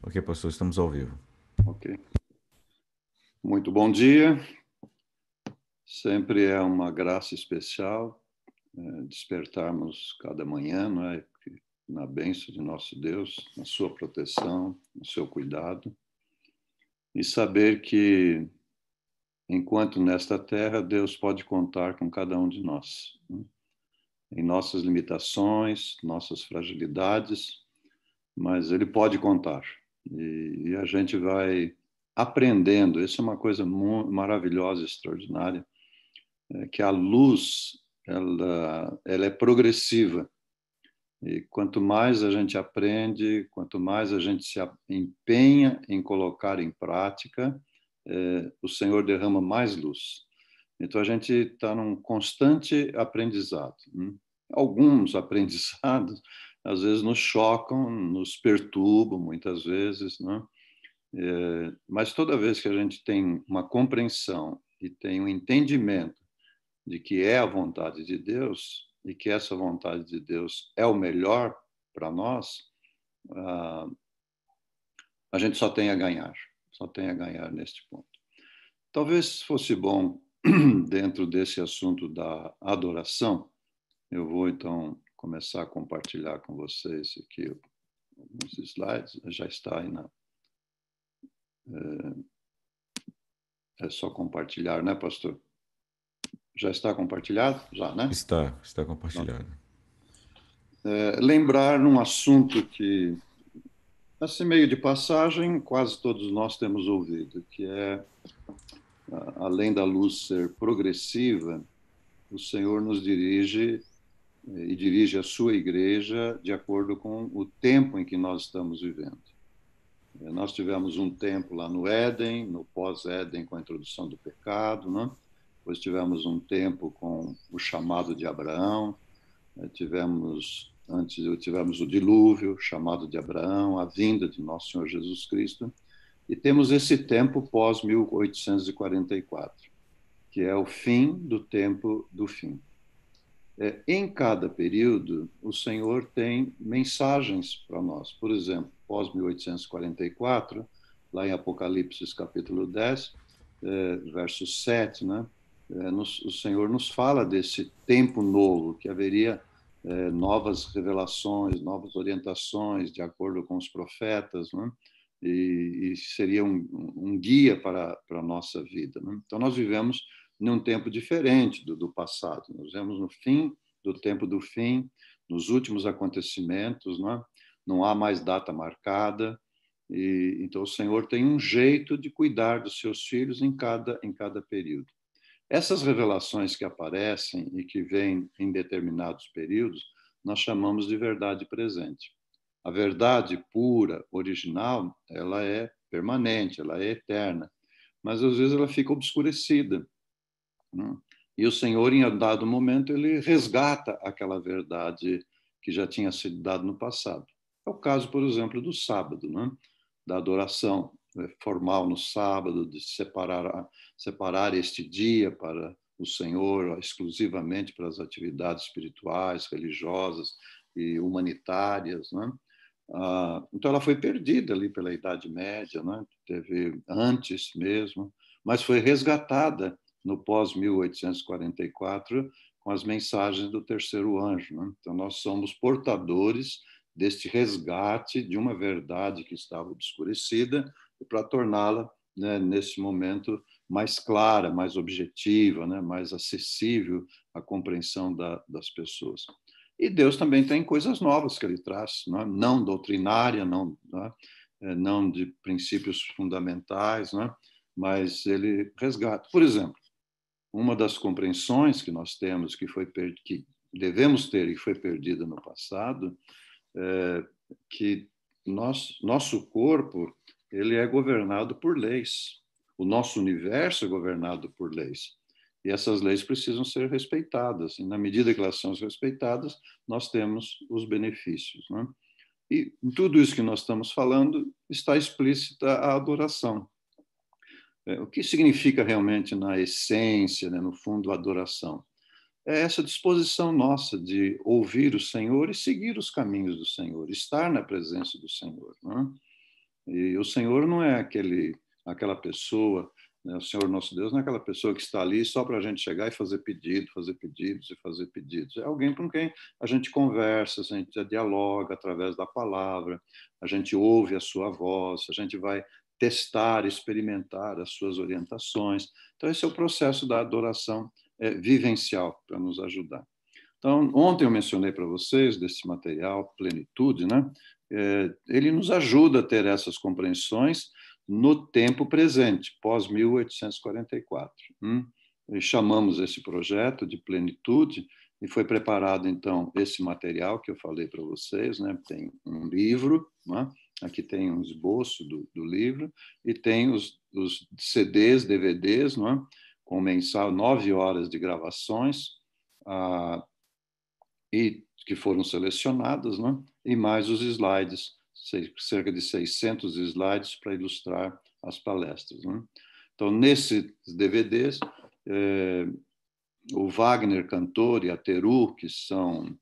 Ok, pastor, estamos ao vivo. Ok. Muito bom dia. Sempre é uma graça especial despertarmos cada manhã, não é? Na bênção de nosso Deus, na sua proteção, no seu cuidado. E saber que, enquanto nesta terra, Deus pode contar com cada um de nós. Né? Em nossas limitações, nossas fragilidades, mas Ele pode contar. E a gente vai aprendendo. Isso é uma coisa maravilhosa, extraordinária, que a luz ela é progressiva. E quanto mais a gente aprende, quanto mais a gente se empenha em colocar em prática, o Senhor derrama mais luz. Então a gente está num constante aprendizado. Né? Alguns aprendizados às vezes nos chocam, nos perturbam muitas vezes, né? Mas toda vez que a gente tem uma compreensão e tem um entendimento de que é a vontade de Deus e que essa vontade de Deus é o melhor para nós, a gente só tem a ganhar neste ponto. Talvez fosse bom, dentro desse assunto da adoração, eu vou então começar a compartilhar com vocês aqui alguns slides, já está aí é só compartilhar, né, pastor? Já está compartilhado? Já, né? Está compartilhado. Lembrar um assunto que, assim, meio de passagem, quase todos nós temos ouvido, que é, além da luz ser progressiva, o Senhor nos dirige e dirige a sua igreja de acordo com o tempo em que nós estamos vivendo. Nós tivemos um tempo lá no Éden, no pós-Éden, com a introdução do pecado, né? Depois tivemos um tempo com o chamado de Abraão, tivemos o dilúvio, chamado de Abraão, a vinda de nosso Senhor Jesus Cristo, e temos esse tempo pós 1844, que é o fim do tempo do fim. Em cada período, o Senhor tem mensagens para nós. Por exemplo, pós 1844, lá em Apocalipse capítulo 10, verso 7, né? O Senhor nos fala desse tempo novo, que haveria novas revelações, novas orientações, de acordo com os profetas, né? E seria um guia para a nossa vida. Né? Então, nós vivemos num tempo diferente do passado. Nós vivemos no fim do tempo do fim, nos últimos acontecimentos, né? Não há mais data marcada. E, então, o Senhor tem um jeito de cuidar dos seus filhos em cada período. Essas revelações que aparecem e que vêm em determinados períodos, nós chamamos de verdade presente. A verdade pura, original, ela é permanente, ela é eterna, mas às vezes ela fica obscurecida. Né? E o Senhor, em dado momento, ele resgata aquela verdade que já tinha sido dada no passado. É o caso, por exemplo, do sábado, né? Da adoração formal no sábado, de separar este dia para o Senhor, exclusivamente para as atividades espirituais, religiosas e humanitárias, né? Então ela foi perdida ali pela Idade Média, né? Teve antes mesmo, mas foi resgatada no pós-1844 com as mensagens do terceiro anjo. Né? Então nós somos portadores deste resgate de uma verdade que estava obscurecida e para torná-la, né, nesse momento, mais clara, mais objetiva, né, mais acessível à compreensão das pessoas. E Deus também tem coisas novas que ele traz, não doutrinária, não de princípios fundamentais, mas ele resgata. Por exemplo, uma das compreensões que nós temos, que devemos ter e foi perdida no passado, que nosso corpo ele é governado por leis. O nosso universo é governado por leis. E essas leis precisam ser respeitadas. E na medida que elas são respeitadas, nós temos os benefícios. Né? E em tudo isso que nós estamos falando está explícita a adoração. O que significa realmente na essência, né, no fundo, a adoração? É essa disposição nossa de ouvir o Senhor e seguir os caminhos do Senhor, estar na presença do Senhor. Né? E o Senhor não é aquela pessoa, né? O Senhor nosso Deus não é aquela pessoa que está ali só para a gente chegar e fazer pedido, fazer pedidos e fazer pedidos. É alguém com quem a gente conversa, a gente dialoga através da palavra, a gente ouve a sua voz, a gente vai testar, experimentar as suas orientações. Então, esse é o processo da adoração vivencial para nos ajudar. Então, ontem eu mencionei para vocês desse material, Plenitude, né? Ele nos ajuda a ter essas compreensões no tempo presente, pós-1844. E chamamos esse projeto de Plenitude e foi preparado, então, esse material que eu falei para vocês, né? Tem um livro, né? Aqui tem um esboço do livro e tem os CDs, DVDs, né? Com mensal 9 horas de gravações, e que foram selecionadas, né? E mais os slides, cerca de 600 slides para ilustrar as palestras. Né? Então, nesses DVDs, o Wagner cantor e a Teru, que são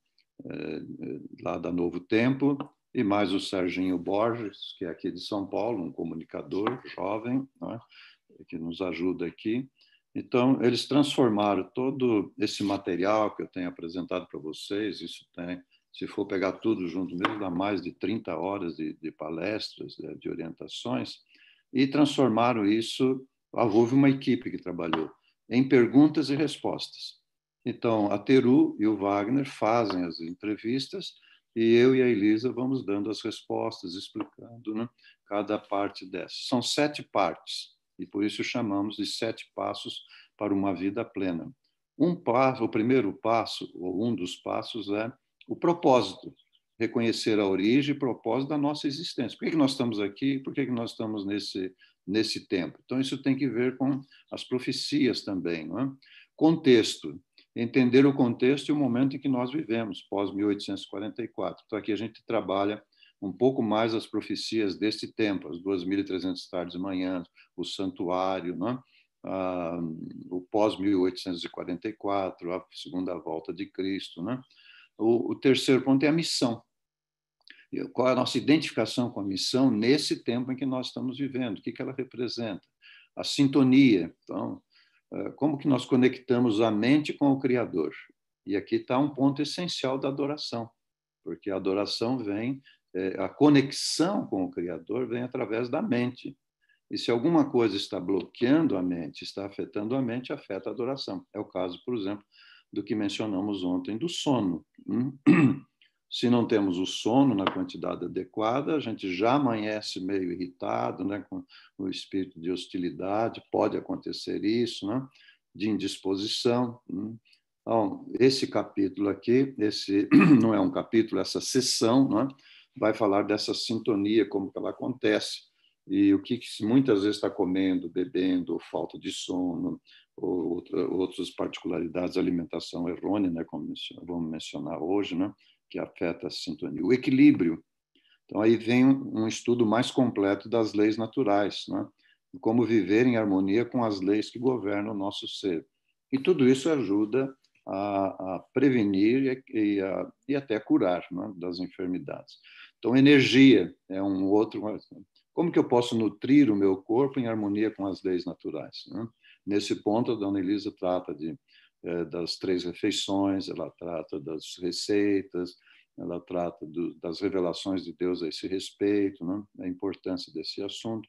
lá da Novo Tempo, e mais o Serginho Borges, que é aqui de São Paulo, um comunicador jovem, né? Que nos ajuda aqui. Então, eles transformaram todo esse material que eu tenho apresentado para vocês, isso tem, se for pegar tudo junto mesmo, dá mais de 30 horas de palestras, de orientações, e transformaram isso, houve uma equipe que trabalhou, em perguntas e respostas. Então, a Teru e o Wagner fazem as entrevistas e eu e a Elisa vamos dando as respostas, explicando, né, cada parte dessas. São 7 partes. E por isso chamamos de 7 passos para uma vida plena. O primeiro passo, ou um dos passos, é o propósito. Reconhecer a origem e propósito da nossa existência. Por que nós estamos aqui? Por que nós estamos nesse tempo? Então, isso tem que ver com as profecias também. Não é? Contexto. Entender o contexto e o momento em que nós vivemos, pós-1844. Então, aqui a gente trabalha um pouco mais as profecias deste tempo, as 2.300 tardes e manhãs, o santuário, né? O pós-1844, a segunda volta de Cristo. Né? O terceiro ponto é a missão. Qual é a nossa identificação com a missão nesse tempo em que nós estamos vivendo? O que ela representa? A sintonia. Então, como que nós conectamos a mente com o Criador? E aqui está um ponto essencial da adoração, porque a adoração vem, a conexão com o Criador vem através da mente. E se alguma coisa está bloqueando a mente, está afetando a mente, afeta a adoração. É o caso, por exemplo, do que mencionamos ontem do sono. Se não temos o sono na quantidade adequada, a gente já amanhece meio irritado, né, com o espírito de hostilidade, pode acontecer isso, né, de indisposição. Então, esse capítulo aqui, esse não é um capítulo, essa sessão, né, vai falar dessa sintonia, como que ela acontece, e o que muitas vezes está comendo, bebendo, ou falta de sono, ou outras particularidades, alimentação errônea, né, como vamos mencionar hoje, né, que afeta a sintonia. O equilíbrio. Então, aí vem um estudo mais completo das leis naturais, né? Como viver em harmonia com as leis que governam o nosso ser. E tudo isso ajuda a prevenir e até curar, né, das enfermidades. Então, energia é um outro... Como que eu posso nutrir o meu corpo em harmonia com as leis naturais? Né? Nesse ponto, a dona Elisa trata das 3 refeições, ela trata das receitas, ela trata das revelações de Deus a esse respeito, né? A importância desse assunto.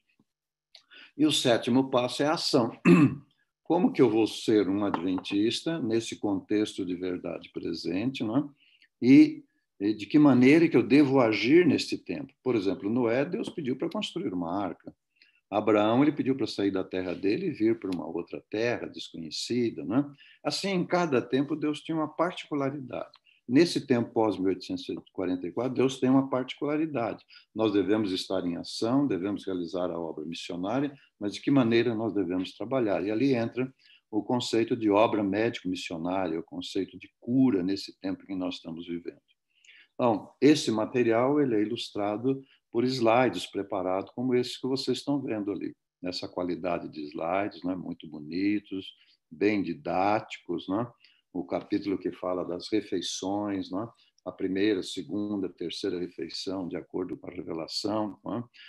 E o 7º passo é a ação. Como que eu vou ser um adventista nesse contexto de verdade presente, né? E de que maneira que eu devo agir neste tempo? Por exemplo, Noé, Deus pediu para construir uma arca. Abraão, ele pediu para sair da terra dele e vir para uma outra terra desconhecida, né? Assim, em cada tempo, Deus tinha uma particularidade. Nesse tempo pós-1844, Deus tem uma particularidade. Nós devemos estar em ação, devemos realizar a obra missionária, mas de que maneira nós devemos trabalhar? E ali entra o conceito de obra médico-missionária, o conceito de cura nesse tempo em que nós estamos vivendo. Então, esse material ele é ilustrado por slides preparados como esses que vocês estão vendo ali, nessa qualidade de slides, né, muito bonitos, bem didáticos, né? O capítulo que fala das refeições, né? A primeira, segunda, terceira refeição, de acordo com a revelação, né? O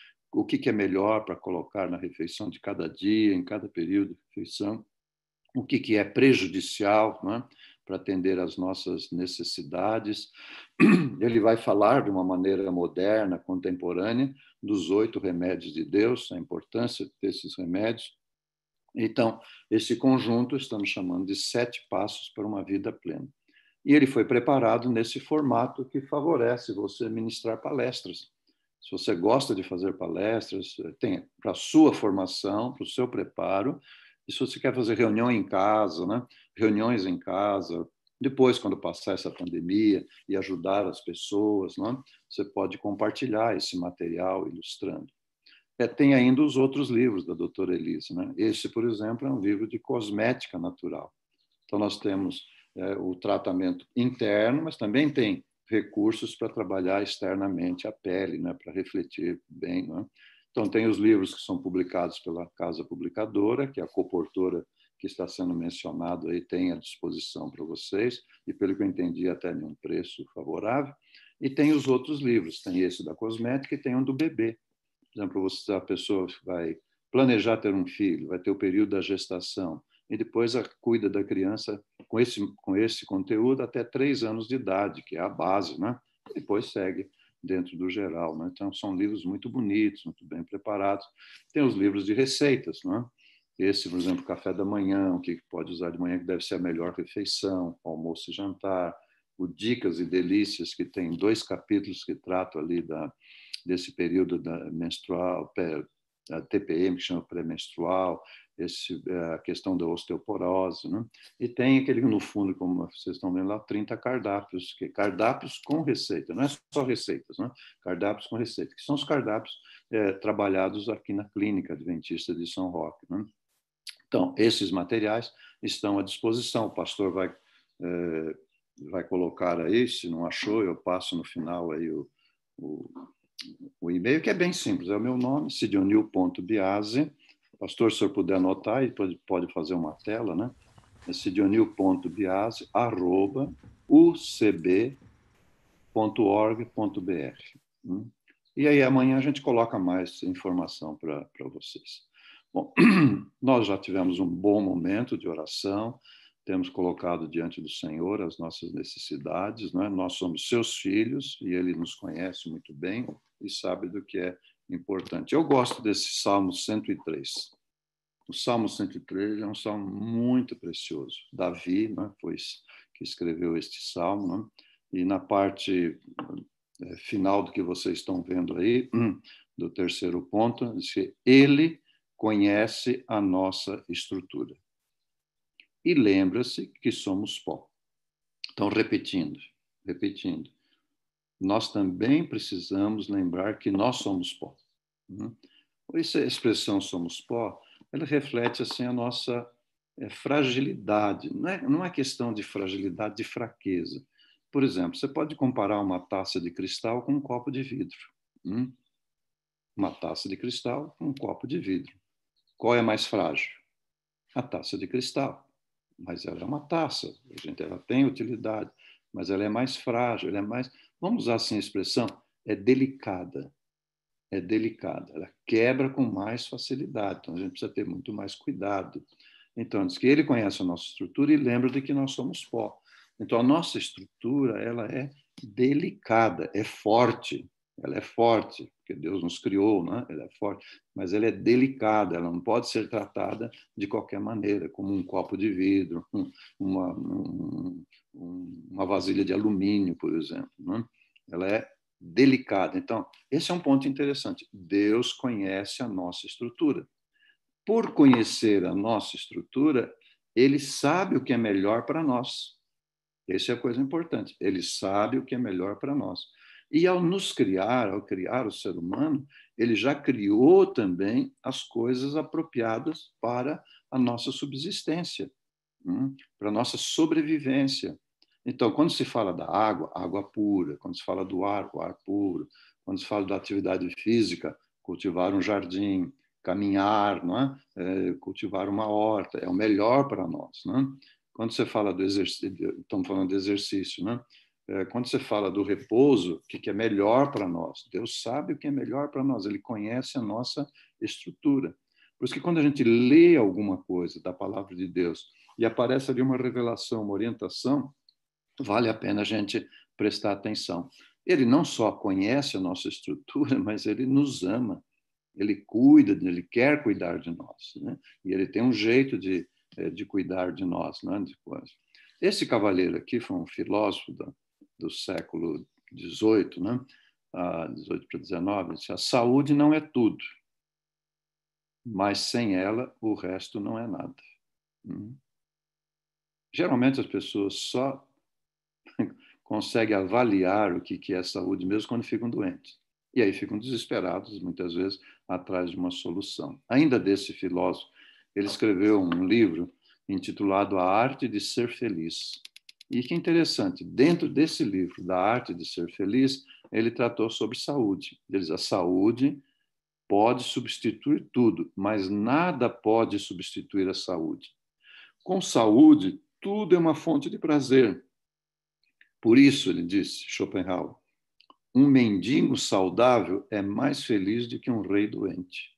que é melhor para colocar na refeição de cada dia, em cada período de refeição, o que é prejudicial, não é? Para atender às nossas necessidades. Ele vai falar de uma maneira moderna, contemporânea, dos 8 remédios de Deus, a importância desses remédios. Então, esse conjunto estamos chamando de 7 passos para uma vida plena. E ele foi preparado nesse formato que favorece você ministrar palestras. Se você gosta de fazer palestras, tem para a sua formação, para o seu preparo, e se você quer fazer reunião em casa, né? Reuniões em casa, depois, quando passar essa pandemia e ajudar as pessoas, né? Você pode compartilhar esse material ilustrando. Tem ainda os outros livros da doutora Elise, né? Esse, por exemplo, é um livro de cosmética natural. Então, nós temos o tratamento interno, mas também tem recursos para trabalhar externamente a pele, né? Para refletir bem, né? Então, tem os livros que são publicados pela Casa Publicadora, que é a coportora que está sendo mencionado aí, tem à disposição para vocês, e pelo que eu entendi, até em um preço favorável. E tem os outros livros, tem esse da cosmética e tem um do bebê. Por exemplo, a pessoa vai planejar ter um filho, vai ter o período da gestação, e depois cuida da criança com esse conteúdo até 3 anos de idade, que é a base, né? E depois segue dentro do geral, né? Então, são livros muito bonitos, muito bem preparados. Tem os livros de receitas, né? Esse, por exemplo, café da manhã, o que pode usar de manhã, que deve ser a melhor refeição, almoço e jantar. O Dicas e Delícias, que tem 2 capítulos que tratam ali desse período menstrual, a TPM, que chama pré-menstrual, a questão da osteoporose, né? E tem aquele, no fundo, como vocês estão vendo lá, 30 cardápios, cardápios com receita, não é só receitas, né? Cardápios com receita, que são os cardápios trabalhados aqui na Clínica Adventista de São Roque, né? Então, esses materiais estão à disposição. O pastor vai colocar aí, se não achou, eu passo no final aí o e-mail, que é bem simples, é o meu nome, sidionil.biase. Pastor, se o senhor puder anotar, e pode fazer uma tela, né? É sidionil.biase@ucb.org.br. E aí amanhã a gente coloca mais informação para vocês. Bom, nós já tivemos um bom momento de oração, temos colocado diante do Senhor as nossas necessidades, não é? Nós somos seus filhos e Ele nos conhece muito bem e sabe do que é importante. Eu gosto desse Salmo 103. O Salmo 103 é um salmo muito precioso. Davi, né, foi que escreveu este salmo, né? E na parte final do que vocês estão vendo aí, do terceiro ponto, diz que Ele conhece a nossa estrutura e lembra-se que somos pó. Então, repetindo, nós também precisamos lembrar que nós somos pó. Essa expressão somos pó, ela reflete assim a nossa fragilidade. Não é questão de fragilidade, de fraqueza. Por exemplo, você pode comparar uma taça de cristal com um copo de vidro. Uma taça de cristal com um copo de vidro. Qual é mais frágil? A taça de cristal. Mas ela é uma taça, ela tem utilidade, mas ela é mais frágil, ela é mais, vamos usar assim a expressão, é delicada, ela quebra com mais facilidade, então a gente precisa ter muito mais cuidado. Então, diz que ele conhece a nossa estrutura e lembra de que nós somos pó. Então, a nossa estrutura, ela é delicada, é forte, ela é forte, porque Deus nos criou, né? Ela é forte, mas ela é delicada, ela não pode ser tratada de qualquer maneira, como um copo de vidro, uma vasilha de alumínio, por exemplo, né? Ela é delicada. Então, esse é um ponto interessante. Deus conhece a nossa estrutura. Por conhecer a nossa estrutura, ele sabe o que é melhor para nós. Essa é a coisa importante. Ele sabe o que é melhor para nós. E ao nos criar, ao criar o ser humano, ele já criou também as coisas apropriadas para a nossa subsistência, para a nossa sobrevivência. Então, quando se fala da água, água pura. Quando se fala do ar, o ar puro. Quando se fala da atividade física, cultivar um jardim, caminhar, não é? Cultivar uma horta, é o melhor para nós, não é? Quando você fala do exercício, estamos falando de exercício, né? quando você fala do repouso, o que é melhor para nós? Deus sabe o que é melhor para nós, Ele conhece a nossa estrutura. Por isso que quando a gente lê alguma coisa da palavra de Deus e aparece ali uma revelação, uma orientação, vale a pena a gente prestar atenção. Ele não só conhece a nossa estrutura, mas Ele nos ama, Ele cuida, Ele quer cuidar de nós, né? E Ele tem um jeito de cuidar de nós, né? Esse cavaleiro aqui foi um filósofo do século XVIII, né? 18 para 19, disse, a saúde não é tudo, mas sem ela o resto não é nada. Geralmente as pessoas só conseguem avaliar o que é saúde mesmo quando ficam doentes. E aí ficam desesperados, muitas vezes, atrás de uma solução. Ainda desse filósofo, ele escreveu um livro intitulado A Arte de Ser Feliz. E que interessante, dentro desse livro, da Arte de Ser Feliz, ele tratou sobre saúde. Ele diz, a saúde pode substituir tudo, mas nada pode substituir a saúde. Com saúde, tudo é uma fonte de prazer. Por isso, ele disse, Schopenhauer, um mendigo saudável é mais feliz do que um rei doente.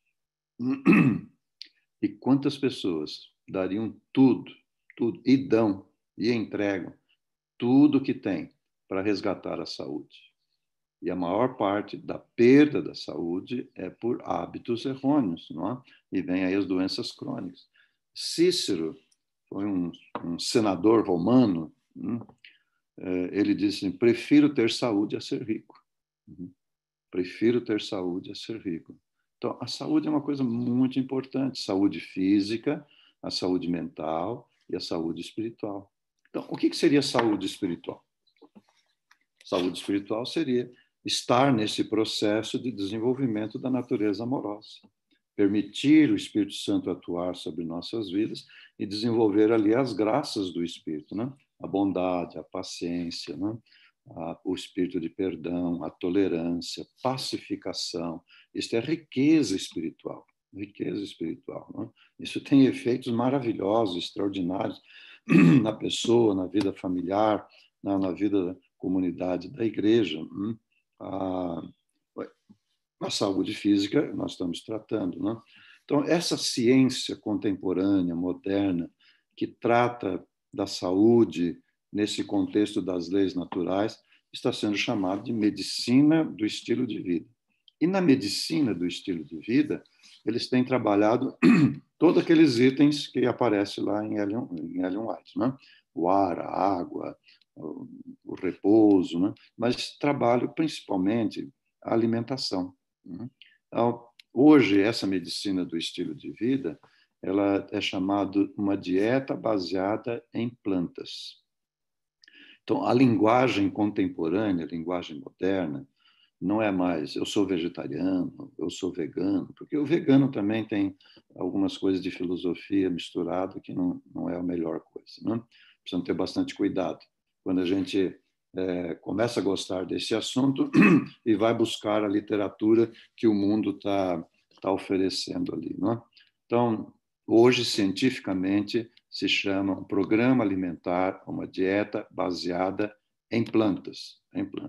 E quantas pessoas dariam tudo, e dão, e entregam tudo que têm para resgatar a saúde? E a maior parte da perda da saúde é por hábitos errôneos, não é? E vem aí as doenças crônicas. Cícero foi um senador romano, ele disse assim, prefiro ter saúde a ser rico. Prefiro ter saúde a ser rico. Então, a saúde é uma coisa muito importante. Saúde física, a saúde mental e a saúde espiritual. Então, o que seria saúde espiritual? Saúde espiritual seria estar nesse processo de desenvolvimento da natureza amorosa. Permitir o Espírito Santo atuar sobre nossas vidas e desenvolver ali as graças do Espírito, né? A bondade, a paciência, né? O espírito de perdão, a tolerância, pacificação. Isso é riqueza espiritual, riqueza espiritual. Né? Isso tem efeitos maravilhosos, extraordinários na pessoa, na vida familiar, na vida da comunidade da igreja. A saúde física nós estamos tratando. Né? Então, essa ciência contemporânea, moderna, que trata da saúde nesse contexto das leis naturais, está sendo chamada de medicina do estilo de vida. E na medicina do estilo de vida, eles têm trabalhado todos aqueles itens que aparecem lá em Ellen White, né? O ar, a água, o repouso, né? Mas trabalham principalmente a alimentação. Então, hoje, essa medicina do estilo de vida, ela é chamada uma dieta baseada em plantas. Então, a linguagem contemporânea, a linguagem moderna, não é mais eu sou vegetariano, eu sou vegano, porque o vegano também tem algumas coisas de filosofia misturada que não é a melhor coisa. Né? Precisamos ter bastante cuidado. Quando a gente começa a gostar desse assunto e vai buscar a literatura que o mundo está oferecendo ali. Né? Então, hoje, cientificamente, se chama um programa alimentar, uma dieta baseada em plantas.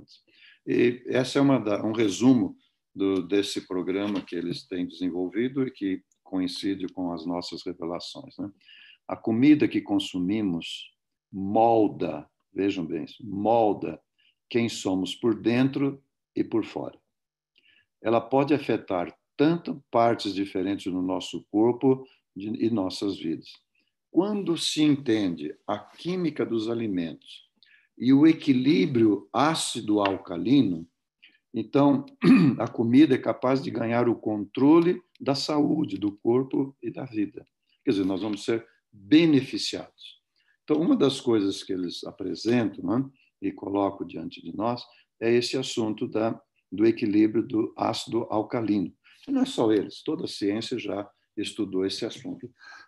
E essa é um resumo desse programa que eles têm desenvolvido e que coincide com as nossas revelações. Né? A comida que consumimos molda, vejam bem, molda quem somos por dentro e por fora. Ela pode afetar tanto partes diferentes no nosso corpo e nossas vidas. Quando se entende a química dos alimentos e o equilíbrio ácido-alcalino, então a comida é capaz de ganhar o controle da saúde do corpo e da vida. Quer dizer, nós vamos ser beneficiados. Então, uma das coisas que eles apresentam, né, e colocam diante de nós é esse assunto do equilíbrio do ácido alcalino. E não é só eles, toda a ciência já estudou esse assunto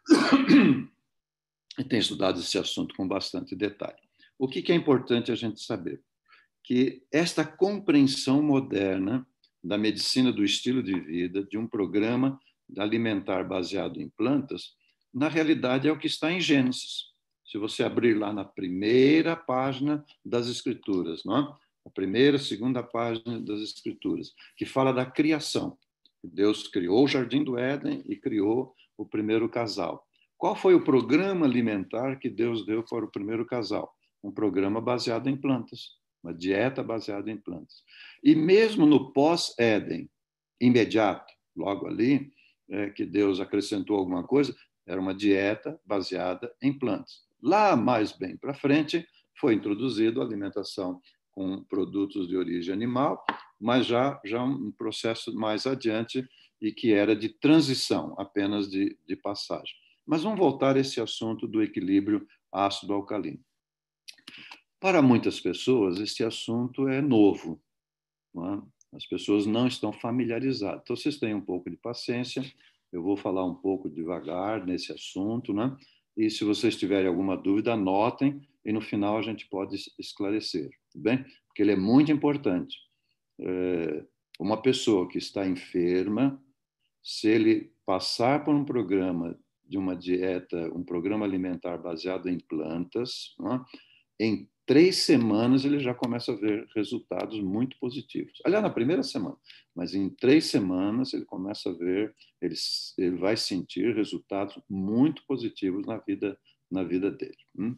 e tem estudado esse assunto com bastante detalhe. O que é importante a gente saber? Que esta compreensão moderna da medicina do estilo de vida, de um programa alimentar baseado em plantas, na realidade é o que está em Gênesis. Se você abrir lá na primeira página das Escrituras, não é? A primeira, segunda página das Escrituras, que fala da criação. Deus criou o Jardim do Éden e criou o primeiro casal. Qual foi o programa alimentar que Deus deu para o primeiro casal? Um programa baseado em plantas, uma dieta baseada em plantas. E mesmo no pós-Éden, imediato, logo ali, que Deus acrescentou alguma coisa, era uma dieta baseada em plantas. Lá mais bem para frente, foi introduzido a alimentação com produtos de origem animal, mas já um processo mais adiante e que era de transição, apenas de passagem. Mas vamos voltar a esse assunto do equilíbrio ácido-alcalino. Para muitas pessoas, este assunto é novo, não é? As pessoas não estão familiarizadas. Então, vocês têm um pouco de paciência, eu vou falar um pouco devagar nesse assunto, né? E se vocês tiverem alguma dúvida, anotem e no final a gente pode esclarecer, tudo bem? Porque ele é muito importante. Uma pessoa que está enferma, se ele passar por um programa de uma dieta, um programa alimentar baseado em plantas, não é? Em 3 semanas ele já começa a ver resultados muito positivos. Aliás, na primeira semana, mas em 3 semanas ele começa a ver, ele vai sentir resultados muito positivos na vida dele.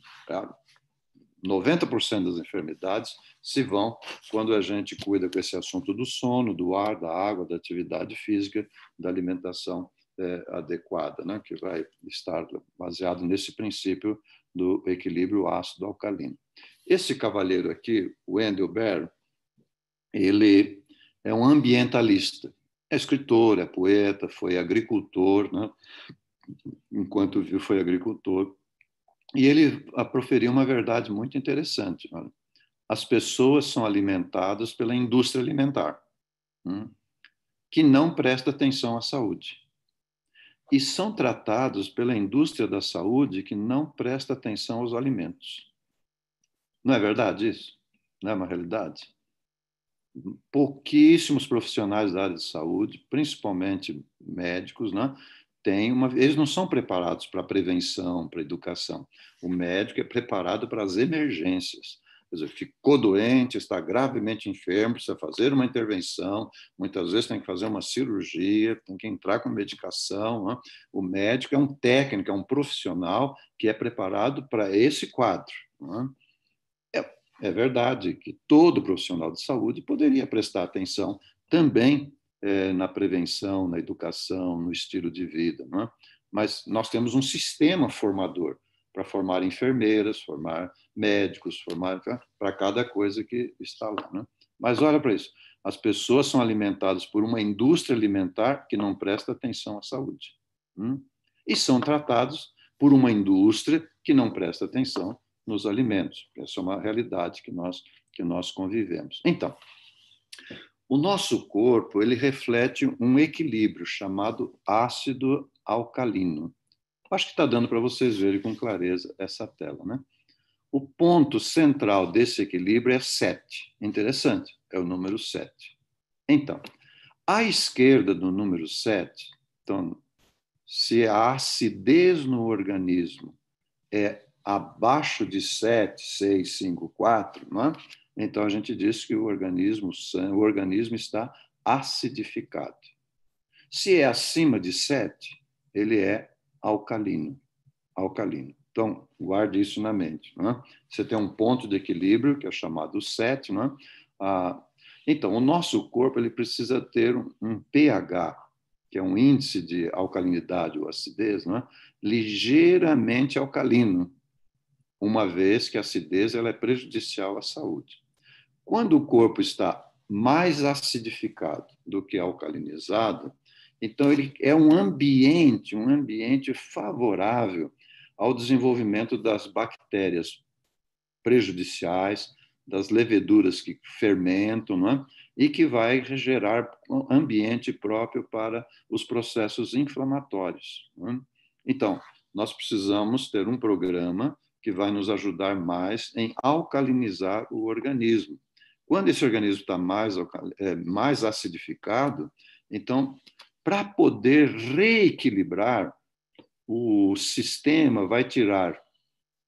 90% das enfermidades se vão quando a gente cuida com esse assunto do sono, do ar, da água, da atividade física, da alimentação adequada, né? Que vai estar baseado nesse princípio do equilíbrio ácido-alcalino. Esse cavalheiro aqui, o Wendell Berry, ele é um ambientalista. É escritor, é poeta, foi agricultor, né? Enquanto viu, foi agricultor. E ele proferiu uma verdade muito interessante. Né? As pessoas são alimentadas pela indústria alimentar, que não presta atenção à saúde. E são tratados pela indústria da saúde que não presta atenção aos alimentos. Não é verdade isso? Não é uma realidade? Pouquíssimos profissionais da área de saúde, principalmente médicos, né, eles não são preparados para a prevenção, para a educação. O médico é preparado para as emergências. Quer dizer, ficou doente, está gravemente enfermo, precisa fazer uma intervenção, muitas vezes tem que fazer uma cirurgia, tem que entrar com medicação. Né? O médico é um técnico, é um profissional que é preparado para esse quadro. Né? É verdade que todo profissional de saúde poderia prestar atenção também na prevenção, na educação, no estilo de vida, não é? Mas nós temos um sistema formador para formar enfermeiras, formar médicos, formar para cada coisa que está lá. Não é? Mas olha para isso, as pessoas são alimentadas por uma indústria alimentar que não presta atenção à saúde. E são tratados por uma indústria que não presta atenção nos alimentos. Essa é uma realidade que nós convivemos. Então, o nosso corpo ele reflete um equilíbrio chamado ácido alcalino. Acho que está dando para vocês verem com clareza essa tela, né? O ponto central desse equilíbrio é 7. Interessante, é o número 7. Então, à esquerda do número 7, então, se a acidez no organismo é abaixo de 7, 6, 5, 4, não é? Então a gente diz que o organismo está acidificado. Se é acima de 7, ele é alcalino. Então, guarde isso na mente. Não é? Você tem um ponto de equilíbrio, que é chamado 7. Não é? Então, o nosso corpo ele precisa ter um pH, que é um índice de alcalinidade ou acidez, não é? Ligeiramente alcalino, uma vez que a acidez ela é prejudicial à saúde. Quando o corpo está mais acidificado do que alcalinizado, então ele é um ambiente favorável ao desenvolvimento das bactérias prejudiciais, das leveduras que fermentam, não é? E que vai gerar um ambiente próprio para os processos inflamatórios. Não é? Então, nós precisamos ter um programa que vai nos ajudar mais em alcalinizar o organismo. Quando esse organismo está mais acidificado, então, para poder reequilibrar, o sistema vai tirar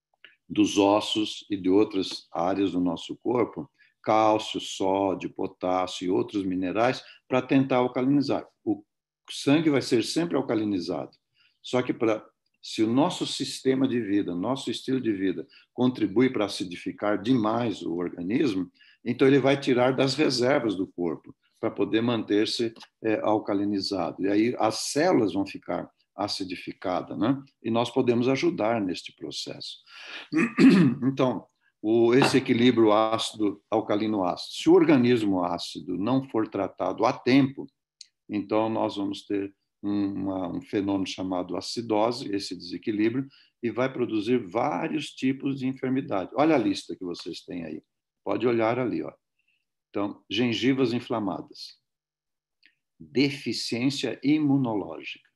dos ossos e de outras áreas do nosso corpo, cálcio, sódio, potássio e outros minerais para tentar alcalinizar. O sangue vai ser sempre alcalinizado. Só que se o nosso sistema de vida, nosso estilo de vida contribui para acidificar demais o organismo, então ele vai tirar das reservas do corpo para poder manter-se alcalinizado. E aí as células vão ficar acidificadas, né? E nós podemos ajudar neste processo. Então, esse equilíbrio ácido alcalino-ácido. Se o organismo ácido não for tratado a tempo, então nós vamos ter um fenômeno chamado acidose, esse desequilíbrio, e vai produzir vários tipos de enfermidade. Olha a lista que vocês têm aí. Pode olhar ali, ó. Então, gengivas inflamadas, deficiência imunológica,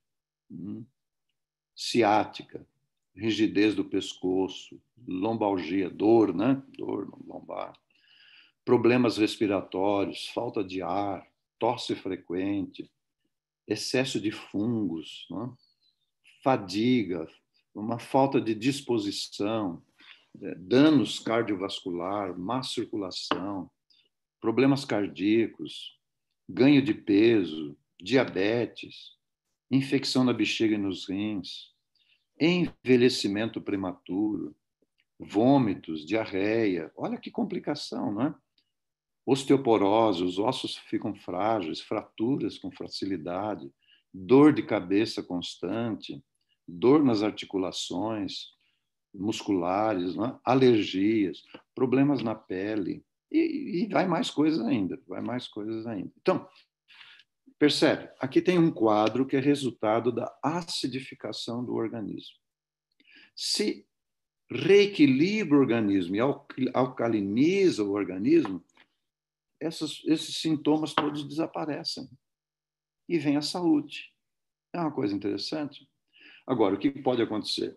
ciática, rigidez do pescoço, lombalgia, dor, né? Dor lombar, problemas respiratórios, falta de ar, tosse frequente, excesso de fungos, né? Fadiga, uma falta de disposição, danos cardiovasculares, má circulação, problemas cardíacos, ganho de peso, diabetes, infecção na bexiga e nos rins, envelhecimento prematuro, vômitos, diarreia. Olha que complicação, não é? Osteoporose, os ossos ficam frágeis, fraturas com facilidade, dor de cabeça constante, dor nas articulações musculares, não é? Alergias, problemas na pele, e vai mais coisas ainda, vai mais coisas ainda. Então, percebe, aqui tem um quadro que é resultado da acidificação do organismo. Se reequilibra o organismo e alcaliniza o organismo, esses sintomas todos desaparecem e vem a saúde. É uma coisa interessante. Agora, o que pode acontecer?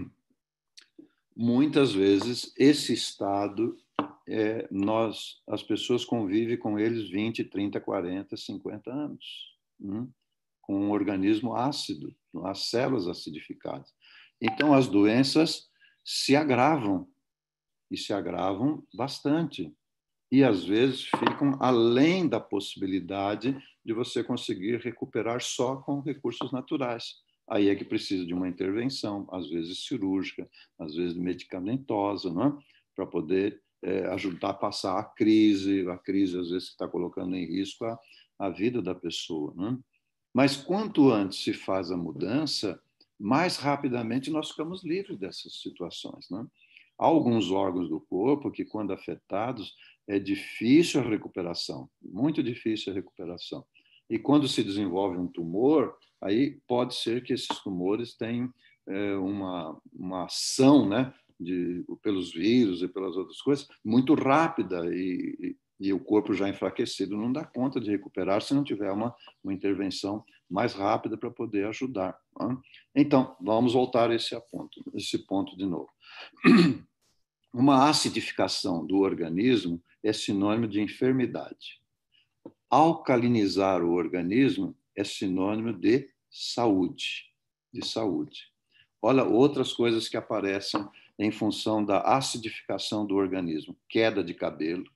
Muitas vezes, esse estado, as pessoas convivem com eles 20, 30, 40, 50 anos, com um organismo ácido, as células acidificadas. Então, as doenças se agravam, e se agravam bastante. E, às vezes, ficam além da possibilidade de você conseguir recuperar só com recursos naturais. Aí é que precisa de uma intervenção, às vezes cirúrgica, às vezes medicamentosa, não é? Para poder ajudar a passar a crise às vezes, que está colocando em risco a vida da pessoa. Não é? Mas quanto antes se faz a mudança, mais rapidamente nós ficamos livres dessas situações. Não é? Há alguns órgãos do corpo que, quando afetados, é difícil a recuperação, muito difícil a recuperação. E quando se desenvolve um tumor, aí pode ser que esses tumores tenham uma ação, né, pelos vírus e pelas outras coisas, muito rápida e o corpo já enfraquecido não dá conta de recuperar se não tiver uma intervenção mais rápida para poder ajudar. Né? Então, vamos voltar a esse ponto de novo. Uma acidificação do organismo é sinônimo de enfermidade. Alcalinizar o organismo é sinônimo de saúde. Olha outras coisas que aparecem em função da acidificação do organismo. Queda de cabelo,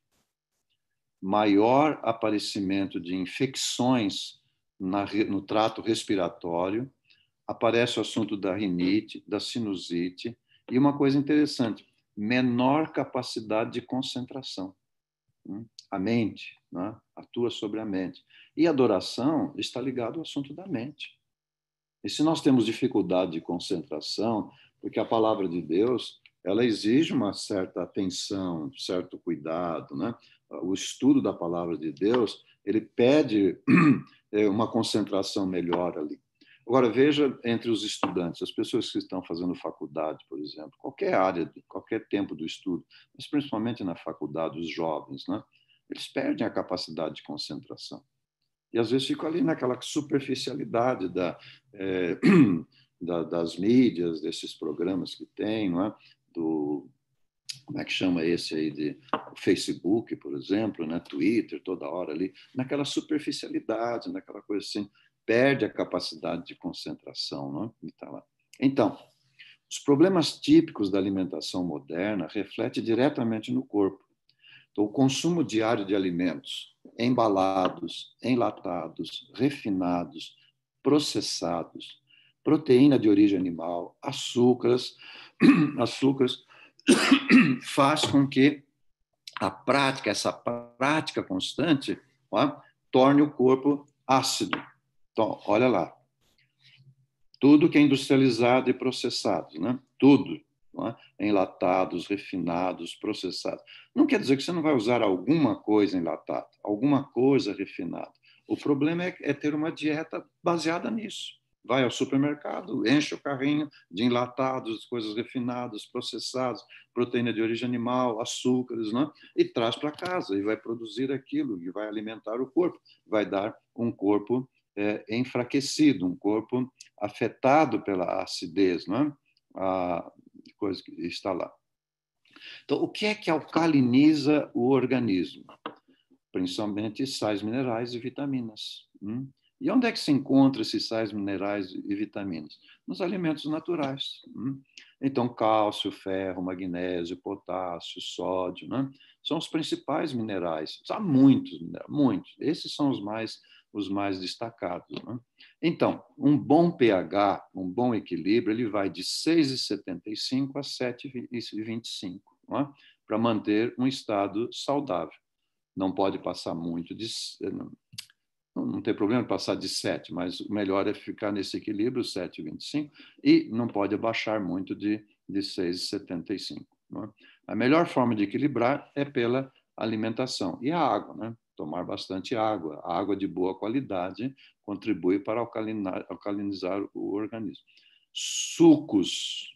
maior aparecimento de infecções no trato respiratório, aparece o assunto da rinite, da sinusite, e uma coisa interessante, menor capacidade de concentração. A mente, né, atua sobre a mente. E a adoração está ligada ao assunto da mente. E se nós temos dificuldade de concentração, porque a palavra de Deus, ela exige uma certa atenção, um certo cuidado, né? O estudo da palavra de Deus, ele pede uma concentração melhor ali. Agora, veja entre os estudantes, as pessoas que estão fazendo faculdade, por exemplo, qualquer área, qualquer tempo do estudo, mas principalmente na faculdade, os jovens, né? Eles perdem a capacidade de concentração. E, às vezes, ficam ali naquela superficialidade das mídias, desses programas que tem, não é? Como é que chama esse aí de Facebook, por exemplo, né? Twitter, toda hora ali, naquela superficialidade, naquela coisa assim, perde a capacidade de concentração, não é? E tá lá. Então, Os problemas típicos da alimentação moderna refletem diretamente no corpo. Então, o consumo diário de alimentos embalados, enlatados, refinados, processados, proteína de origem animal, açúcares, faz com que essa prática constante, ó, torne o corpo ácido. Então, olha lá. Tudo que é industrializado e processado, né? Tudo. Não é? Enlatados, refinados, processados. Não quer dizer que você não vai usar alguma coisa enlatada, alguma coisa refinada. O problema é ter uma dieta baseada nisso. Vai ao supermercado, enche o carrinho de enlatados, coisas refinadas, processadas, proteína de origem animal, açúcares, né? E traz para casa e vai produzir aquilo e vai alimentar o corpo, vai dar um corpo enfraquecido, um corpo afetado pela acidez, né? A coisa que está lá. Então, o que é que alcaliniza o organismo? Principalmente sais minerais e vitaminas. E onde é que se encontra esses sais minerais e vitaminas? Nos alimentos naturais. Então, cálcio, ferro, magnésio, potássio, sódio, né? São os principais minerais. Há muitos, muitos. Esses são os mais destacados. Né? Então, um bom pH, um bom equilíbrio, ele vai de 6,75 a 7,25, né? Para manter um estado saudável. Não pode passar muito de... Não tem problema passar de 7, mas o melhor é ficar nesse equilíbrio, 7,25, e não pode abaixar muito de 6,75. Né? A melhor forma de equilibrar é pela alimentação. E a água, né? Tomar bastante água. A água de boa qualidade contribui para alcalinizar o organismo. Sucos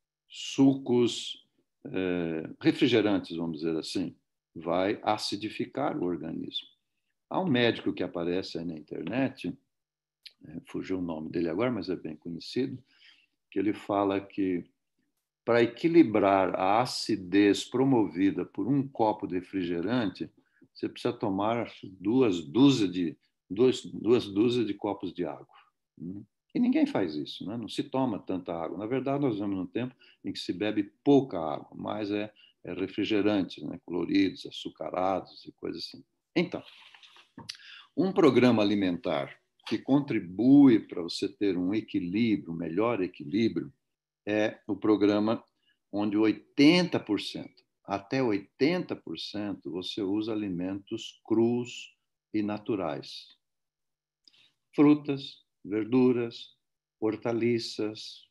refrigerantes, vamos dizer assim, vai acidificar o organismo. Há um médico que aparece aí na internet, fugiu o nome dele agora, mas é bem conhecido, que ele fala que para equilibrar a acidez promovida por um copo de refrigerante, você precisa tomar duas dúzias de copos de água. E ninguém faz isso, né? Não se toma tanta água. Na verdade, nós vivemos num tempo em que se bebe pouca água, mas é refrigerantes, né? Coloridos, açucarados e coisas assim. Então, um programa alimentar que contribui para você ter um equilíbrio, um melhor equilíbrio, é o programa onde 80%, até 80%, você usa alimentos crus e naturais. Frutas, verduras, hortaliças,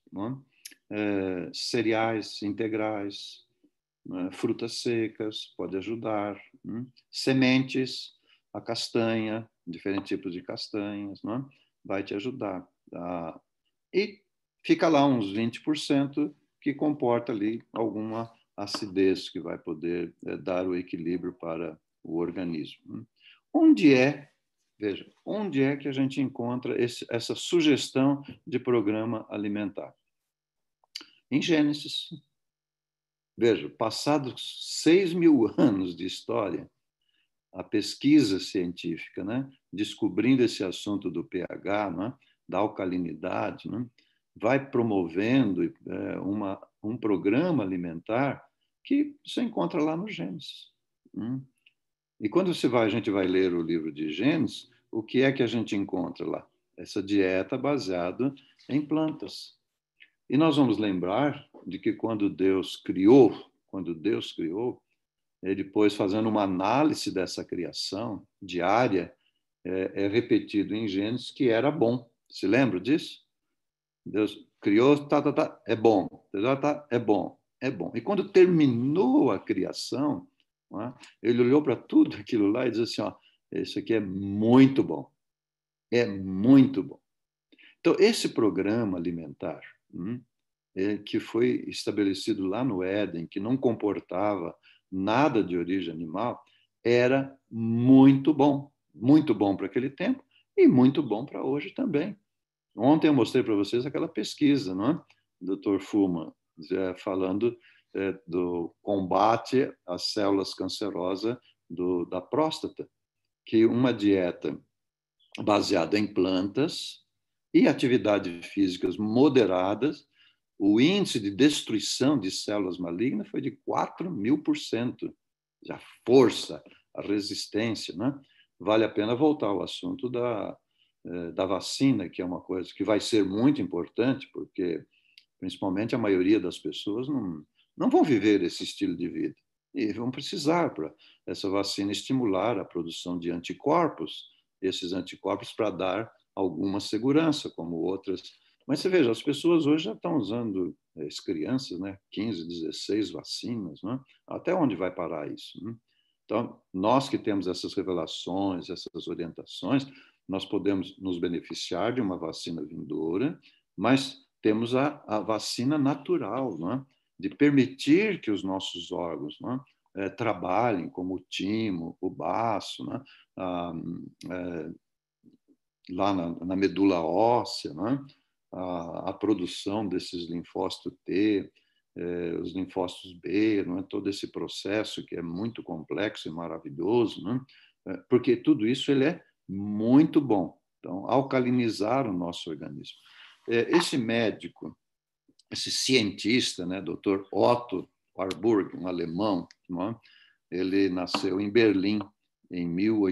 cereais integrais, frutas secas, pode ajudar, sementes, a castanha, diferentes tipos de castanhas, vai te ajudar. E fica lá uns 20% que comporta ali alguma acidez que vai poder dar o equilíbrio para o organismo. Onde é que a gente encontra essa sugestão de programa alimentar? Em Gênesis. Veja, passados 6.000 anos de história, a pesquisa científica, né, descobrindo esse assunto do pH, da alcalinidade, vai promovendo um programa alimentar que você encontra lá no Gênesis. E quando a gente vai ler o livro de Gênesis, o que é que a gente encontra lá? Essa dieta baseada em plantas. E nós vamos lembrar de que quando Deus criou, depois fazendo uma análise dessa criação diária, é repetido em Gênesis que era bom. Se lembra disso? Deus criou, é bom, é bom, é bom. E quando terminou a criação, ele olhou para tudo aquilo lá e disse assim, isso aqui é muito bom. É muito bom. Então, esse programa alimentar, que foi estabelecido lá no Éden, que não comportava nada de origem animal, era muito bom para aquele tempo e muito bom para hoje também. Ontem eu mostrei para vocês aquela pesquisa, não é? Do Dr. Fuhrman, falando do combate às células cancerosas da próstata, que uma dieta baseada em plantas e atividades físicas moderadas o índice de destruição de células malignas foi de 4.000%. A força, a resistência, né? Vale a pena voltar ao assunto da vacina, que é uma coisa que vai ser muito importante, porque principalmente a maioria das pessoas não vão viver esse estilo de vida. E vão precisar, para essa vacina, estimular a produção de anticorpos, esses anticorpos para dar alguma segurança, como outras. Mas você veja, as pessoas hoje já estão usando, as crianças, né, 15, 16 vacinas, né? Até onde vai parar isso? Né? Então, nós que temos essas revelações, essas orientações, nós podemos nos beneficiar de uma vacina vindoura, mas temos a vacina natural, né? De permitir que os nossos órgãos, né, trabalhem, como o timo, o baço, né, lá na medula óssea, né, a produção desses linfócitos T, os linfócitos B, não é? Todo esse processo que é muito complexo e maravilhoso, né? Porque tudo isso ele é muito bom. Então, alcalinizar o nosso organismo. Esse médico, esse cientista, né, Dr. Otto Warburg, um alemão, não é? Ele nasceu em Berlim em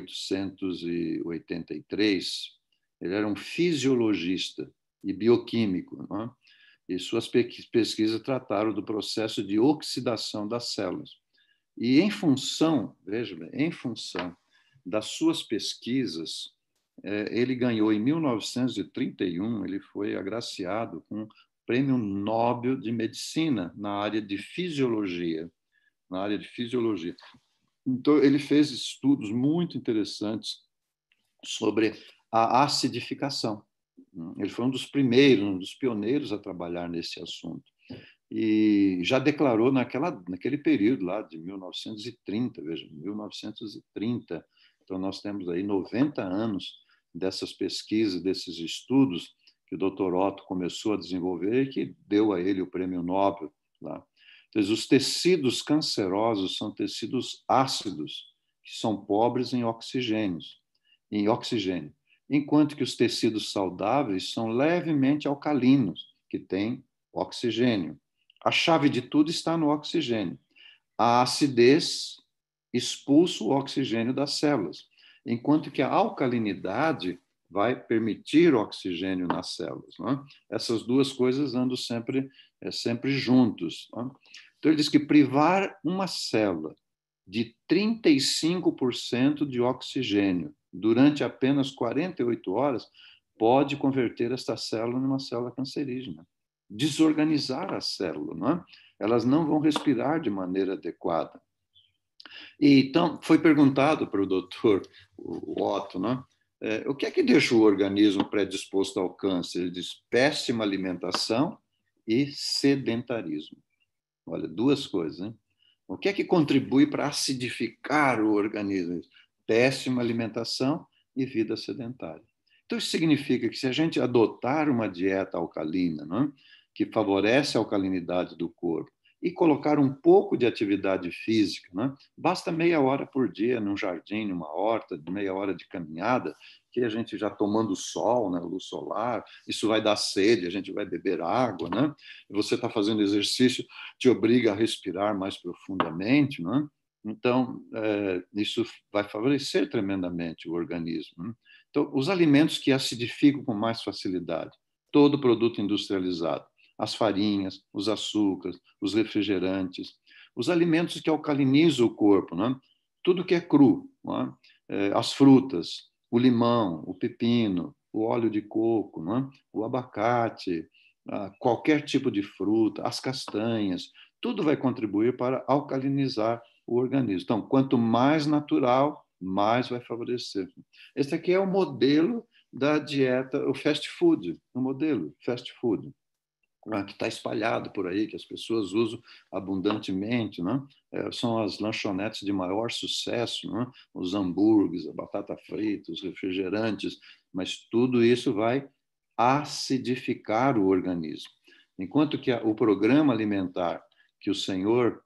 1883. Ele era um fisiologista e bioquímico, não é? E suas pesquisas trataram do processo de oxidação das células. E em função, veja bem, em função das suas pesquisas, ele ganhou em 1931, ele foi agraciado com o Prêmio Nobel de Medicina na área de fisiologia, na área de fisiologia. Então, ele fez estudos muito interessantes sobre a acidificação. Ele foi um dos primeiros, um dos pioneiros a trabalhar nesse assunto. E já declarou naquele período lá de 1930, veja, 1930. Então, nós temos aí 90 anos dessas pesquisas, desses estudos que o Dr. Otto começou a desenvolver e que deu a ele o prêmio Nobel lá. Então, os tecidos cancerosos são tecidos ácidos, que são pobres em oxigênio, enquanto que os tecidos saudáveis são levemente alcalinos, que têm oxigênio. A chave de tudo está no oxigênio. A acidez expulsa o oxigênio das células, enquanto que a alcalinidade vai permitir o oxigênio nas células. Não é? Essas duas coisas andam sempre juntos. Não é? Então, ele diz que privar uma célula de 35% de oxigênio durante apenas 48 horas pode converter esta célula numa célula cancerígena, desorganizar a célula, não é? Elas não vão respirar de maneira adequada. E, então, foi perguntado para o doutor Otto, né? O que é que deixa o organismo predisposto ao câncer? Ele diz péssima alimentação e sedentarismo. Olha, duas coisas, né? O que é que contribui para acidificar o organismo? Péssima alimentação e vida sedentária. Então, isso significa que se a gente adotar uma dieta alcalina, né, que favorece a alcalinidade do corpo, e colocar um pouco de atividade física, né? Basta meia hora por dia num jardim, numa horta, meia hora de caminhada, que a gente já tomando sol, né? Luz solar, isso vai dar sede, a gente vai beber água, né? Você está fazendo exercício, te obriga a respirar mais profundamente, né? Então, isso vai favorecer tremendamente o organismo. Né? Então, os alimentos que acidificam com mais facilidade, todo produto industrializado, as farinhas, os açúcares, os refrigerantes, os alimentos que alcalinizam o corpo, né? Tudo que é cru, né? As frutas, o limão, o pepino, o óleo de coco, né? O abacate, qualquer tipo de fruta, as castanhas, tudo vai contribuir para alcalinizar o organismo. Então, quanto mais natural, mais vai favorecer. Esse aqui é o modelo da dieta, o fast food, o modelo fast food, que está espalhado por aí, que as pessoas usam abundantemente, né? São as lanchonetes de maior sucesso, né? Os hambúrgueres, a batata frita, os refrigerantes, mas tudo isso vai acidificar o organismo. Enquanto que o programa alimentar que o Senhor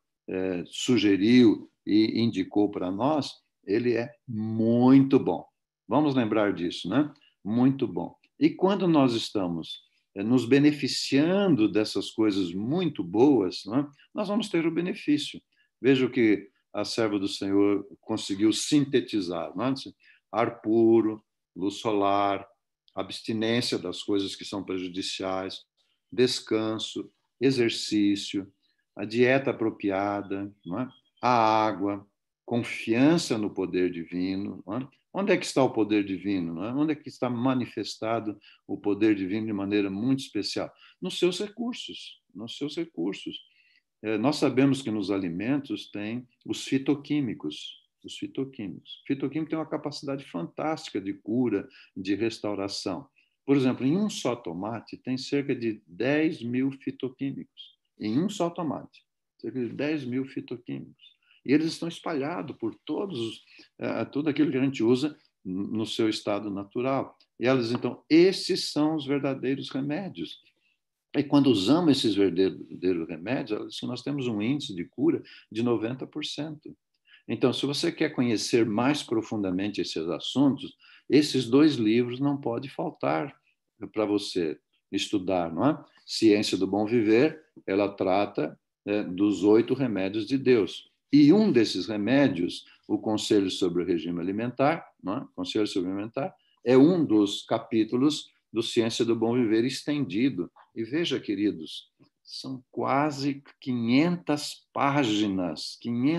sugeriu e indicou para nós, ele é muito bom. Vamos lembrar disso, né? Muito bom. E quando nós estamos nos beneficiando dessas coisas muito boas, não é? Nós vamos ter o benefício. Veja o que a serva do Senhor conseguiu sintetizar, não é? Ar puro, luz solar, abstinência das coisas que são prejudiciais, descanso, exercício, a dieta apropriada, não é? A água, confiança no poder divino. Não é? Onde é que está o poder divino? Não é? Onde é que está manifestado o poder divino de maneira muito especial? Nos seus recursos, nos seus recursos. Nós sabemos que nos alimentos tem os fitoquímicos. Os fitoquímicos. O fitoquímico tem uma capacidade fantástica de cura, de restauração. Por exemplo, em um só tomate tem cerca de 10.000 fitoquímicos. Em um só tomate, cerca de 10.000 fitoquímicos. E eles estão espalhados por tudo aquilo que a gente usa no seu estado natural. E elas, então, esses são os verdadeiros remédios. E quando usamos esses verdadeiros remédios, nós temos um índice de cura de 90%. Então, se você quer conhecer mais profundamente esses assuntos, esses 2 livros não podem faltar para você estudar, não é? Ciência do Bom Viver, ela trata dos 8 remédios de Deus. E um desses remédios, o Conselho sobre o Regime Alimentar, não é? Conselho sobre o Alimentar, é um dos capítulos do Ciência do Bom Viver estendido. E veja, queridos, são quase 500 páginas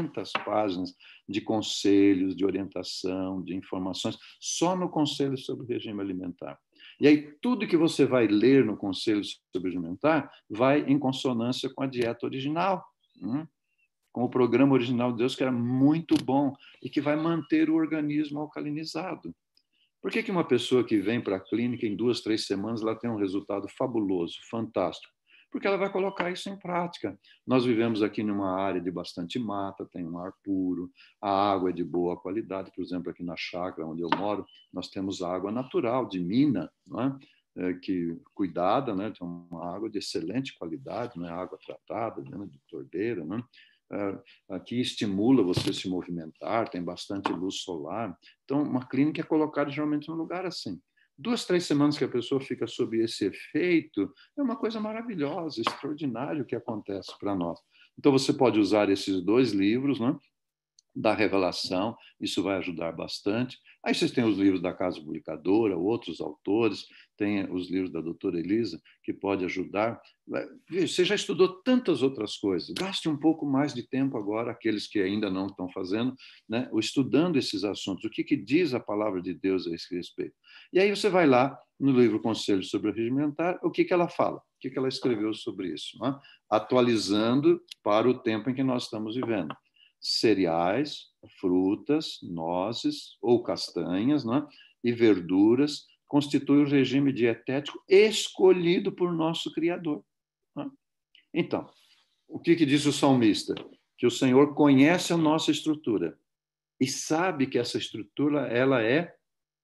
de conselhos, de orientação, de informações, só no Conselho sobre o Regime Alimentar. E aí, tudo que você vai ler no Conselho sobre o Regime Alimentar vai em consonância com a dieta original, com o programa original de Deus, que era muito bom e que vai manter o organismo alcalinizado. Por que uma pessoa que vem para a clínica em 2, 3 semanas ela tem um resultado fabuloso, fantástico? Porque ela vai colocar isso em prática. Nós vivemos aqui numa área de bastante mata, tem um ar puro, a água é de boa qualidade. Por exemplo, aqui na chácara onde eu moro, nós temos água natural, de mina, não é? Que cuidada, né? Tem uma água de excelente qualidade, não é água tratada, né? De torneira, né? Aqui estimula você se movimentar, tem bastante luz solar. Então, uma clínica é colocada geralmente num lugar assim. 2, 3 semanas que a pessoa fica sob esse efeito, é uma coisa maravilhosa, extraordinária o que acontece para nós. Então, você pode usar esses 2 livros, né? Da Revelação, isso vai ajudar bastante. Aí vocês têm os livros da Casa Publicadora, outros autores, tem os livros da doutora Elisa, que pode ajudar. Você já estudou tantas outras coisas, gaste um pouco mais de tempo agora, aqueles que ainda não estão fazendo, né, estudando esses assuntos, o que diz a palavra de Deus a esse respeito. E aí você vai lá no livro Conselho sobre o Regime Alimentar, o que ela fala, o que ela escreveu sobre isso, né? Atualizando para o tempo em que nós estamos vivendo. Cereais, frutas, nozes ou castanhas, né? E verduras constituem o regime dietético escolhido por nosso Criador. Né? Então, o que diz o salmista? Que o Senhor conhece a nossa estrutura e sabe que essa estrutura ela é,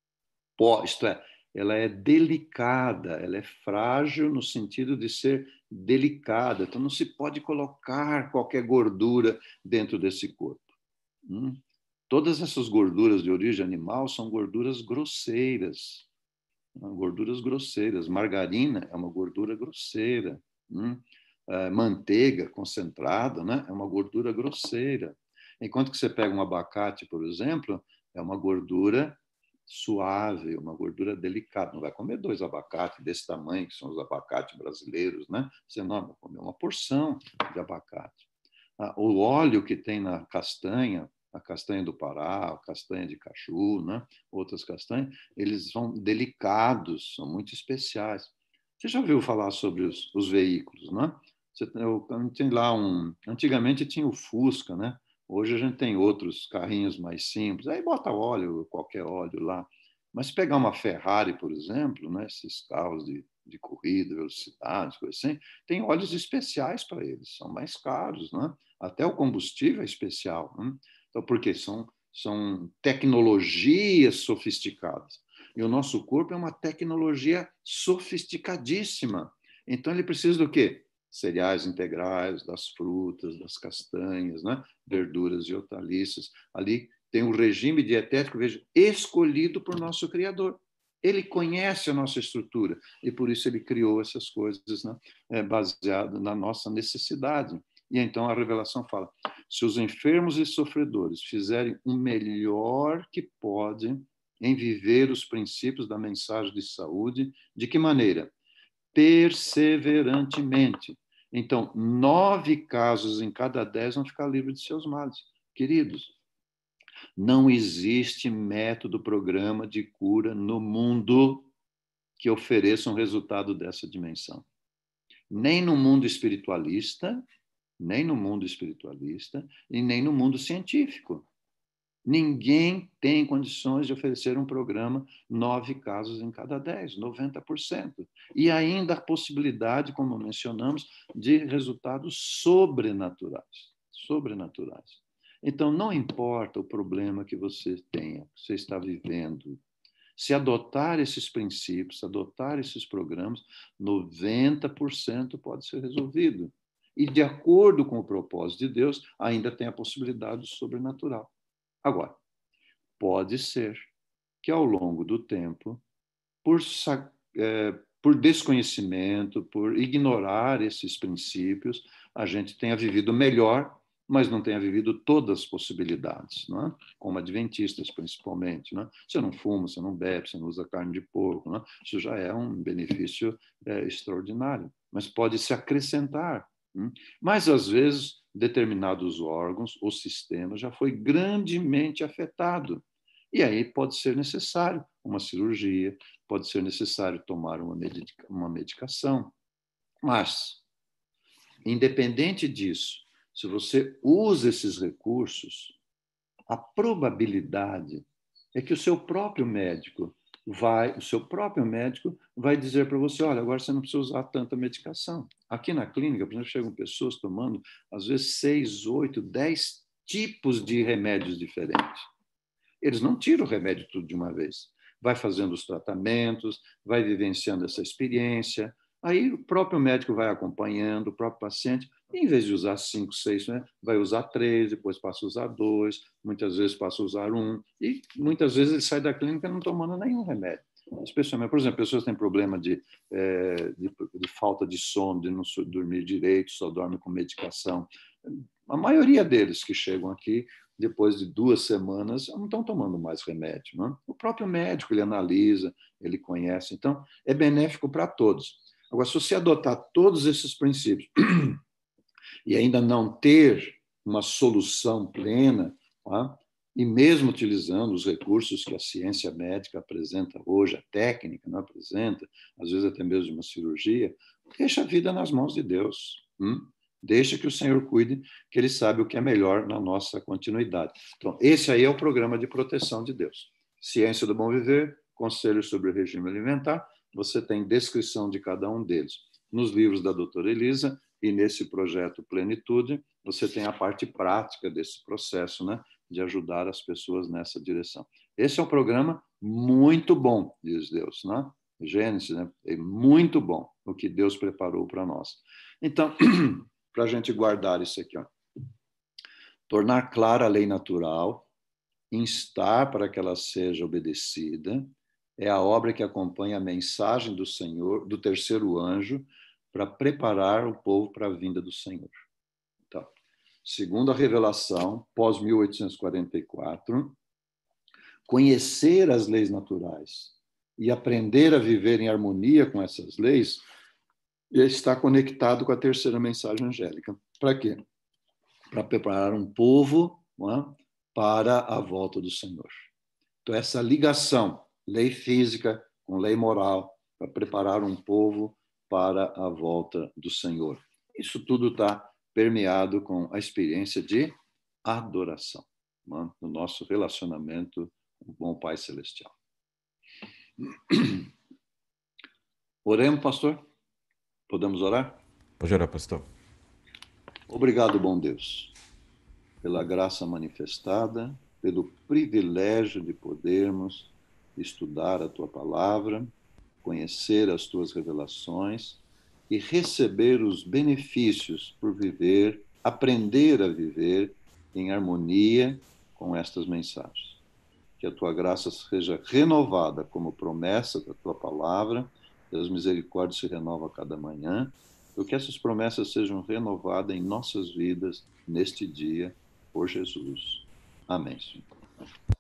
isto é, ela é delicada, ela é frágil no sentido de ser delicada. Então, não se pode colocar qualquer gordura dentro desse corpo. Todas essas gorduras de origem animal são gorduras grosseiras. Gorduras grosseiras. Margarina é uma gordura grosseira. Manteiga concentrada, né, é uma gordura grosseira. Enquanto que você pega um abacate, por exemplo, é uma gordura suave, uma gordura delicada. Não vai comer 2 abacates desse tamanho, que são os abacates brasileiros, né? Você não vai comer uma porção de abacate. O óleo que tem na castanha, a castanha do Pará, a castanha de caju, né? Outras castanhas, eles são delicados, são muito especiais. Você já ouviu falar sobre os veículos, né? Tem lá antigamente tinha o Fusca, né? Hoje a gente tem outros carrinhos mais simples. Aí bota óleo, qualquer óleo lá. Mas se pegar uma Ferrari, por exemplo, né? Esses carros de corrida, velocidade, coisa assim, tem óleos especiais para eles, são mais caros, né? Até o combustível é especial. Né? Então, porque são tecnologias sofisticadas. E o nosso corpo é uma tecnologia sofisticadíssima. Então, ele precisa do quê? Cereais integrais, das frutas, das castanhas, né? Verduras e hortaliças. Ali tem um regime dietético, veja, escolhido por nosso Criador. Ele conhece a nossa estrutura e por isso ele criou essas coisas, né? Baseado na nossa necessidade. E então a revelação fala: se os enfermos e sofredores fizerem o melhor que podem em viver os princípios da mensagem de saúde, de que maneira? Perseverantemente. Então, 9 casos em cada 10 vão ficar livres de seus males. Queridos, não existe método, programa de cura no mundo que ofereça um resultado dessa dimensão. Nem no mundo espiritualista, nem no mundo espiritualista, e nem no mundo científico. Ninguém tem condições de oferecer um programa 9 casos em cada 10, 90%. E ainda a possibilidade, como mencionamos, de resultados sobrenaturais. Sobrenaturais. Então, não importa o problema que você tenha, que você está vivendo, se adotar esses princípios, adotar esses programas, 90% pode ser resolvido. E, de acordo com o propósito de Deus, ainda tem a possibilidade do sobrenatural. Agora, pode ser que ao longo do tempo, por desconhecimento, por ignorar esses princípios, a gente tenha vivido melhor, mas não tenha vivido todas as possibilidades, não é? Como adventistas, principalmente. Não é? Você não fuma, você não bebe, você não usa carne de porco, não é? Isso já é um benefício extraordinário, mas pode se acrescentar. Mas, às vezes, determinados órgãos ou sistemas já foi grandemente afetado. E aí pode ser necessário uma cirurgia, pode ser necessário tomar uma medicação. Mas, independente disso, se você usa esses recursos, a probabilidade é que o seu próprio médico vai dizer para você: olha, agora você não precisa usar tanta medicação. Aqui na clínica, por exemplo, chegam pessoas tomando, às vezes, 6, 8, 10 tipos de remédios diferentes. Eles não tiram o remédio tudo de uma vez. Vai fazendo os tratamentos, vai vivenciando essa experiência. Aí o próprio médico vai acompanhando, o próprio paciente, e em vez de usar 5, 6, né, vai usar 3, depois passa a usar 2, muitas vezes passa a usar 1, e muitas vezes ele sai da clínica não tomando nenhum remédio. Especialmente, por exemplo, pessoas têm problema de falta de sono, de não dormir direito, só dorme com medicação. A maioria deles que chegam aqui, depois de 2 semanas, não estão tomando mais remédio. Não é? O próprio médico, ele analisa, ele conhece. Então, é benéfico para todos. Agora, se você adotar todos esses princípios e ainda não ter uma solução plena, tá? E mesmo utilizando os recursos que a ciência médica apresenta hoje, a técnica não apresenta, às vezes até mesmo uma cirurgia, deixa a vida nas mãos de Deus. Deixa que o Senhor cuide, que Ele sabe o que é melhor na nossa continuidade. Então, esse aí é o programa de proteção de Deus. Ciência do Bom Viver, Conselhos sobre o Regime Alimentar, você tem descrição de cada um deles. Nos livros da doutora Elisa e nesse projeto Plenitude, você tem a parte prática desse processo, né, de ajudar as pessoas nessa direção. Esse é um programa muito bom, diz Deus, né? Gênesis, né? É muito bom o que Deus preparou para nós. Então, para a gente guardar isso aqui, ó. Tornar clara a lei natural, instar para que ela seja obedecida, é a obra que acompanha a mensagem do Senhor, do terceiro anjo, para preparar o povo para a vinda do Senhor. Então, segundo a revelação, pós 1844, conhecer as leis naturais e aprender a viver em harmonia com essas leis está conectado com a terceira mensagem angélica. Para quê? Para preparar um povo, não é? Para a volta do Senhor. Então, essa ligação, lei física com lei moral, para preparar um povo para a volta do Senhor. Isso tudo está permeado com a experiência de adoração, não é? No nosso relacionamento com o bom Pai Celestial. Oremos, pastor? Podemos orar? Pode orar, pastor. Obrigado, bom Deus, pela graça manifestada, pelo privilégio de podermos estudar a Tua palavra, conhecer as Tuas revelações e receber os benefícios por viver, aprender a viver em harmonia com estas mensagens. que a tua graça seja renovada como promessa da tua palavra, as misericórdias se renovam a cada manhã, que essas promessas sejam renovadas em nossas vidas neste dia, por Jesus. Amém, Senhor.